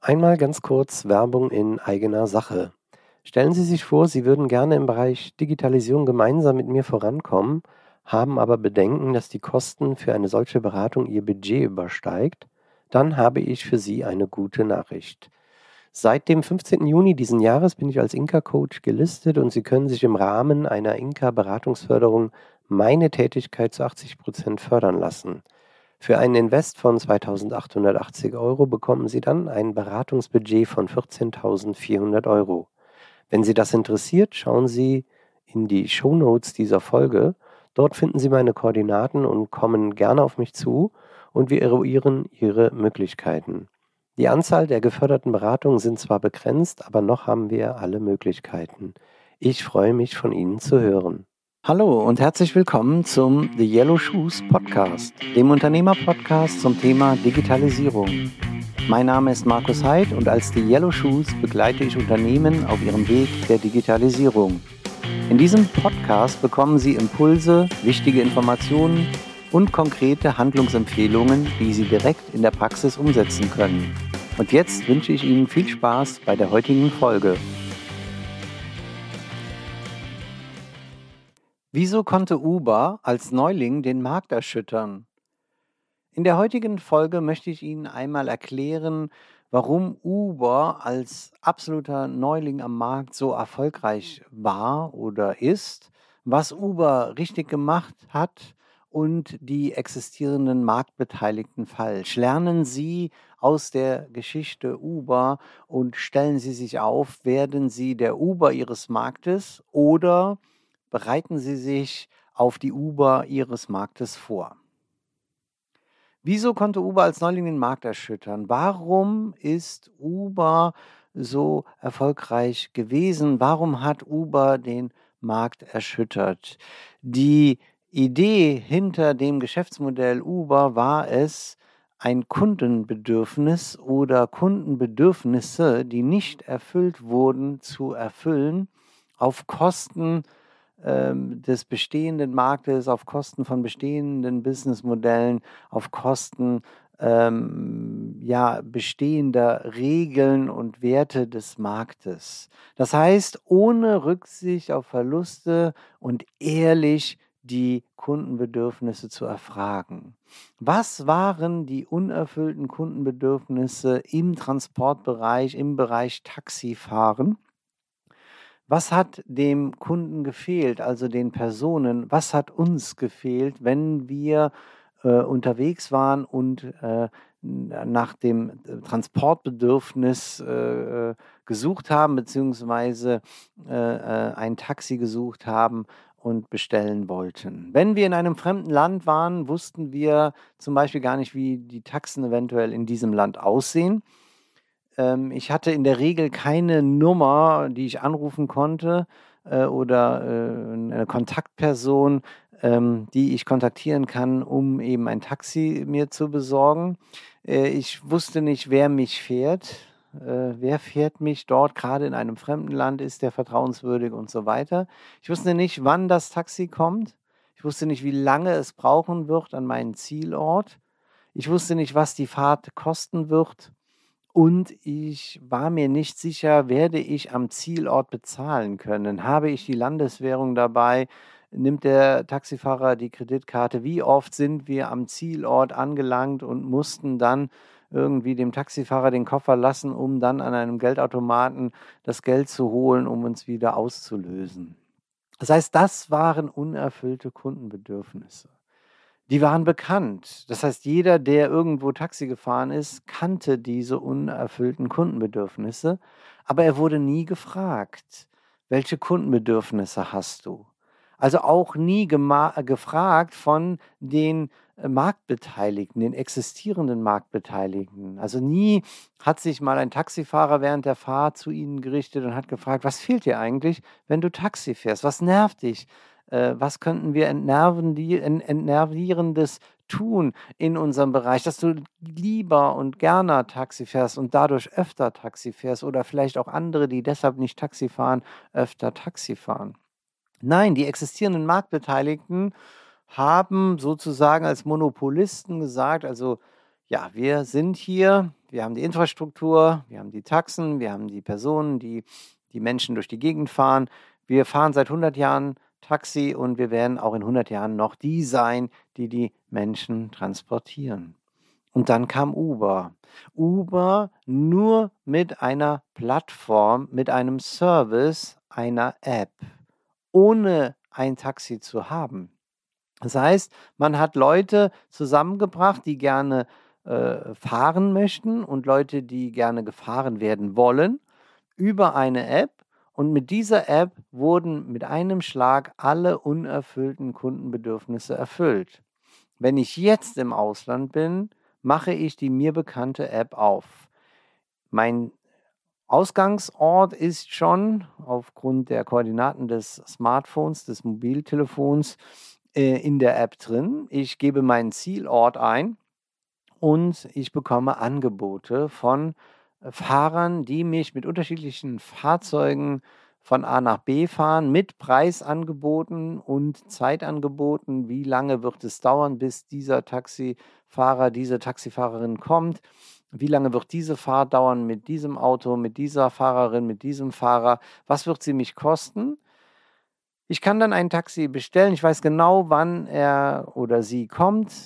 Einmal ganz kurz Werbung in eigener Sache. Stellen Sie sich vor, Sie würden gerne im Bereich Digitalisierung gemeinsam mit mir vorankommen, haben aber Bedenken, dass die Kosten für eine solche Beratung Ihr Budget übersteigt. Dann habe ich für Sie eine gute Nachricht. Seit dem 15. Juni diesen Jahres bin ich als Inka-Coach gelistet und Sie können sich im Rahmen einer Inka-Beratungsförderung meine Tätigkeit zu 80% fördern lassen. Für einen Invest von 2.880 Euro bekommen Sie dann ein Beratungsbudget von 14.400 Euro. Wenn Sie das interessiert, schauen Sie in die Shownotes dieser Folge. Dort finden Sie meine Koordinaten und kommen gerne auf mich zu und wir eruieren Ihre Möglichkeiten. Die Anzahl der geförderten Beratungen sind zwar begrenzt, aber noch haben wir alle Möglichkeiten. Ich freue mich, von Ihnen zu hören. Hallo und herzlich willkommen zum The Yellow Shoes Podcast, dem Unternehmer-Podcast zum Thema Digitalisierung. Mein Name ist Markus Heid und als The Yellow Shoes begleite ich Unternehmen auf ihrem Weg der Digitalisierung. In diesem Podcast bekommen Sie Impulse, wichtige Informationen und konkrete Handlungsempfehlungen, die Sie direkt in der Praxis umsetzen können. Und jetzt wünsche ich Ihnen viel Spaß bei der heutigen Folge. Wieso konnte Uber als Neuling den Markt erschüttern? In der heutigen Folge möchte ich Ihnen einmal erklären, warum Uber als absoluter Neuling am Markt so erfolgreich war oder ist, was Uber richtig gemacht hat und die existierenden Marktbeteiligten falsch. Lernen Sie aus der Geschichte Uber und stellen Sie sich auf, werden Sie der Uber Ihres Marktes oder bereiten Sie sich auf die Uber Ihres Marktes vor. Wieso konnte Uber als Neuling den Markt erschüttern? Warum ist Uber so erfolgreich gewesen? Warum hat Uber den Markt erschüttert? Die Idee hinter dem Geschäftsmodell Uber war es, ein Kundenbedürfnis oder Kundenbedürfnisse, die nicht erfüllt wurden, zu erfüllen, auf Kosten des bestehenden Marktes, auf Kosten von bestehenden Businessmodellen, auf Kosten bestehender Regeln und Werte des Marktes. Das heißt, ohne Rücksicht auf Verluste und ehrlich die Kundenbedürfnisse zu erfragen. Was waren die unerfüllten Kundenbedürfnisse im Transportbereich, im Bereich Taxifahren? Was hat dem Kunden gefehlt, also den Personen? Was hat uns gefehlt, wenn wir unterwegs waren und nach dem Transportbedürfnis gesucht haben, beziehungsweise ein Taxi gesucht haben und bestellen wollten? Wenn wir in einem fremden Land waren, wussten wir zum Beispiel gar nicht, wie die Taxen eventuell in diesem Land aussehen. Ich hatte in der Regel keine Nummer, die ich anrufen konnte, oder 'ne Kontaktperson, die ich kontaktieren kann, um eben ein Taxi mir zu besorgen. Ich wusste nicht, wer mich fährt. Wer fährt mich dort, gerade in einem fremden Land, ist der vertrauenswürdig und so weiter. Ich wusste nicht, wann das Taxi kommt. Ich wusste nicht, wie lange es brauchen wird an meinen Zielort. Ich wusste nicht, was die Fahrt kosten wird. Und ich war mir nicht sicher, werde ich am Zielort bezahlen können? Habe ich die Landeswährung dabei? Nimmt der Taxifahrer die Kreditkarte? Wie oft sind wir am Zielort angelangt und mussten dann irgendwie dem Taxifahrer den Koffer lassen, um dann an einem Geldautomaten das Geld zu holen, um uns wieder auszulösen? Das heißt, das waren unerfüllte Kundenbedürfnisse. Die waren bekannt. Das heißt, jeder, der irgendwo Taxi gefahren ist, kannte diese unerfüllten Kundenbedürfnisse, aber er wurde nie gefragt: „Welche Kundenbedürfnisse hast du?“ Also auch nie gefragt von den Marktbeteiligten, den existierenden Marktbeteiligten. Also nie hat sich mal ein Taxifahrer während der Fahrt zu ihnen gerichtet und hat gefragt: „Was fehlt dir eigentlich, wenn du Taxi fährst? Was nervt dich? Was könnten wir Entnervierendes tun in unserem Bereich, dass du lieber und gerne Taxi fährst und dadurch öfter Taxi fährst oder vielleicht auch andere, die deshalb nicht Taxi fahren, öfter Taxi fahren?“ Nein, die existierenden Marktbeteiligten haben sozusagen als Monopolisten gesagt, also Ja, wir sind hier, wir haben die Infrastruktur, wir haben die Taxen, wir haben die Personen, die Menschen durch die Gegend fahren. Wir fahren seit 100 Jahren Taxi und wir werden auch in 100 Jahren noch die sein, die die Menschen transportieren. Und dann kam Uber. Uber nur mit einer Plattform, mit einem Service, einer App, ohne ein Taxi zu haben. Das heißt, man hat Leute zusammengebracht, die gerne fahren möchten und Leute, die gerne gefahren werden wollen, über eine App. Und mit dieser App wurden mit einem Schlag alle unerfüllten Kundenbedürfnisse erfüllt. Wenn ich jetzt im Ausland bin, mache ich die mir bekannte App auf. Mein Ausgangsort ist schon aufgrund der Koordinaten des Smartphones, des Mobiltelefons in der App drin. Ich gebe meinen Zielort ein und ich bekomme Angebote von Fahrern, die mich mit unterschiedlichen Fahrzeugen von A nach B fahren, mit Preisangeboten und Zeitangeboten. Wie lange wird es dauern, bis dieser Taxifahrer, diese Taxifahrerin kommt? Wie lange wird diese Fahrt dauern mit diesem Auto, mit dieser Fahrerin, mit diesem Fahrer? Was wird sie mich kosten? Ich kann dann ein Taxi bestellen. Ich weiß genau, wann er oder sie kommt,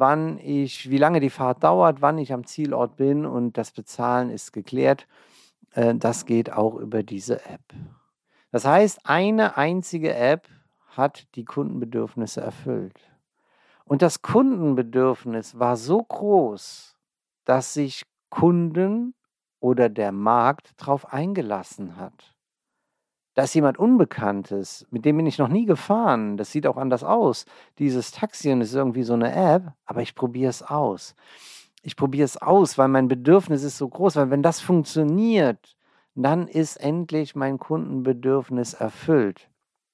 wie lange die Fahrt dauert, wann ich am Zielort bin und das Bezahlen ist geklärt. Das geht auch über diese App. Das heißt, eine einzige App hat die Kundenbedürfnisse erfüllt. Und das Kundenbedürfnis war so groß, dass sich Kunden oder der Markt darauf eingelassen hat. Da ist jemand Unbekanntes, mit dem bin ich noch nie gefahren. Das sieht auch anders aus. Dieses Taxi und ist irgendwie so eine App, aber ich probiere es aus. Ich probiere es aus, weil mein Bedürfnis ist so groß, weil wenn das funktioniert, dann ist endlich mein Kundenbedürfnis erfüllt.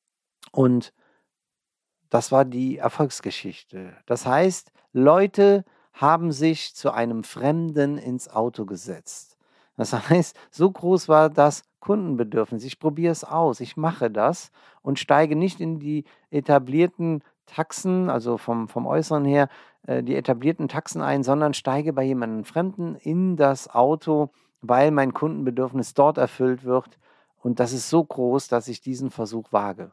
Und das war die Erfolgsgeschichte. Das heißt, Leute haben sich zu einem Fremden ins Auto gesetzt. Das heißt, so groß war das Kundenbedürfnis. Ich probiere es aus, ich mache das und steige nicht in die etablierten Taxen, also vom Äußeren her, die etablierten Taxen ein, sondern steige bei jemandem Fremden in das Auto, weil mein Kundenbedürfnis dort erfüllt wird. Und das ist so groß, dass ich diesen Versuch wage.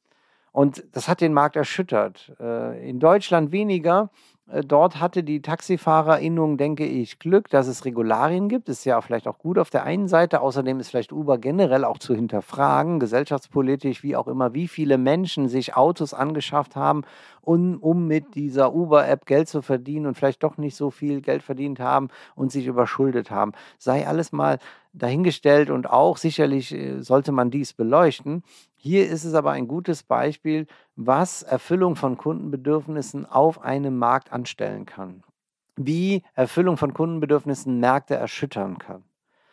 Und das hat den Markt erschüttert. In Deutschland weniger. Dort hatte die Taxifahrerinnung, denke ich, Glück, dass es Regularien gibt. Ist ja vielleicht auch gut auf der einen Seite. Außerdem ist vielleicht Uber generell auch zu hinterfragen, gesellschaftspolitisch, wie auch immer, wie viele Menschen sich Autos angeschafft haben, um mit dieser Uber-App Geld zu verdienen und vielleicht doch nicht so viel Geld verdient haben und sich überschuldet haben. Sei alles mal dahingestellt und auch sicherlich sollte man dies beleuchten. Hier ist es aber ein gutes Beispiel, was Erfüllung von Kundenbedürfnissen auf einem Markt anstellen kann. Wie Erfüllung von Kundenbedürfnissen Märkte erschüttern kann.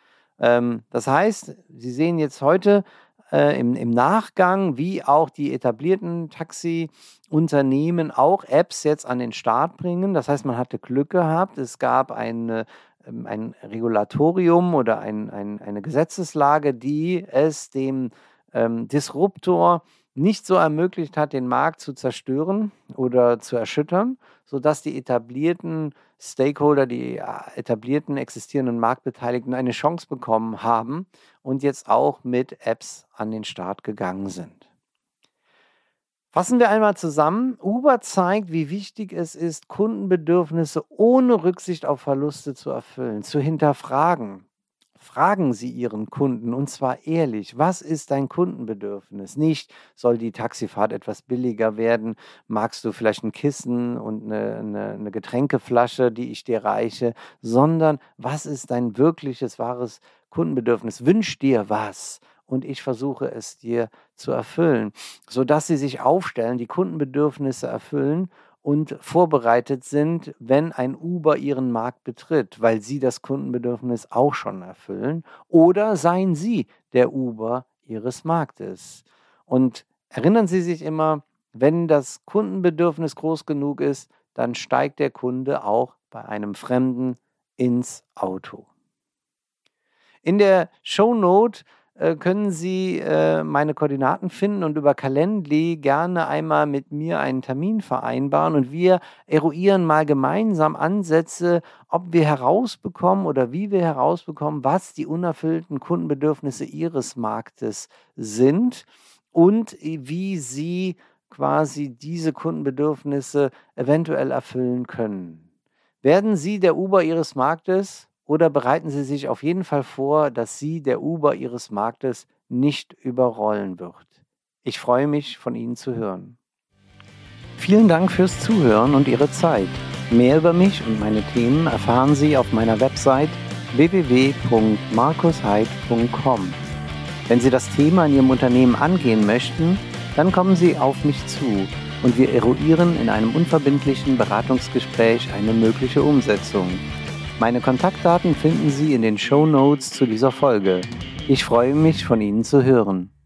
Das heißt, Sie sehen jetzt heute im Nachgang, wie auch die etablierten Taxiunternehmen auch Apps jetzt an den Start bringen. Das heißt, man hatte Glück gehabt. Es gab ein Regulatorium oder eine Gesetzeslage, die es dem Disruptor nicht so ermöglicht hat, den Markt zu zerstören oder zu erschüttern, sodass die etablierten Stakeholder, die etablierten existierenden Marktbeteiligten eine Chance bekommen haben und jetzt auch mit Apps an den Start gegangen sind. Fassen wir einmal zusammen. Uber zeigt, wie wichtig es ist, Kundenbedürfnisse ohne Rücksicht auf Verluste zu erfüllen, zu hinterfragen. Fragen Sie Ihren Kunden und zwar ehrlich, was ist dein Kundenbedürfnis? Nicht, soll die Taxifahrt etwas billiger werden? Magst du vielleicht ein Kissen und eine Getränkeflasche, die ich dir reiche? Sondern, was ist dein wirkliches, wahres Kundenbedürfnis? Wünsch dir was und ich versuche es dir zu erfüllen, sodass Sie sich aufstellen, die Kundenbedürfnisse erfüllen und vorbereitet sind, wenn ein Uber ihren Markt betritt, weil sie das Kundenbedürfnis auch schon erfüllen. Oder seien Sie der Uber Ihres Marktes. Und erinnern Sie sich immer, wenn das Kundenbedürfnis groß genug ist, dann steigt der Kunde auch bei einem Fremden ins Auto. In der Shownote können Sie meine Koordinaten finden und über Calendly gerne einmal mit mir einen Termin vereinbaren und wir eruieren mal gemeinsam Ansätze, ob wir herausbekommen oder wie wir herausbekommen, was die unerfüllten Kundenbedürfnisse Ihres Marktes sind und wie Sie quasi diese Kundenbedürfnisse eventuell erfüllen können. Werden Sie der Uber Ihres Marktes oder bereiten Sie sich auf jeden Fall vor, dass Sie der Uber Ihres Marktes nicht überrollen wird? Ich freue mich, von Ihnen zu hören. Vielen Dank fürs Zuhören und Ihre Zeit. Mehr über mich und meine Themen erfahren Sie auf meiner Website www.markusheid.com. Wenn Sie das Thema in Ihrem Unternehmen angehen möchten, dann kommen Sie auf mich zu und wir eruieren in einem unverbindlichen Beratungsgespräch eine mögliche Umsetzung. Meine Kontaktdaten finden Sie in den Shownotes zu dieser Folge. Ich freue mich, von Ihnen zu hören.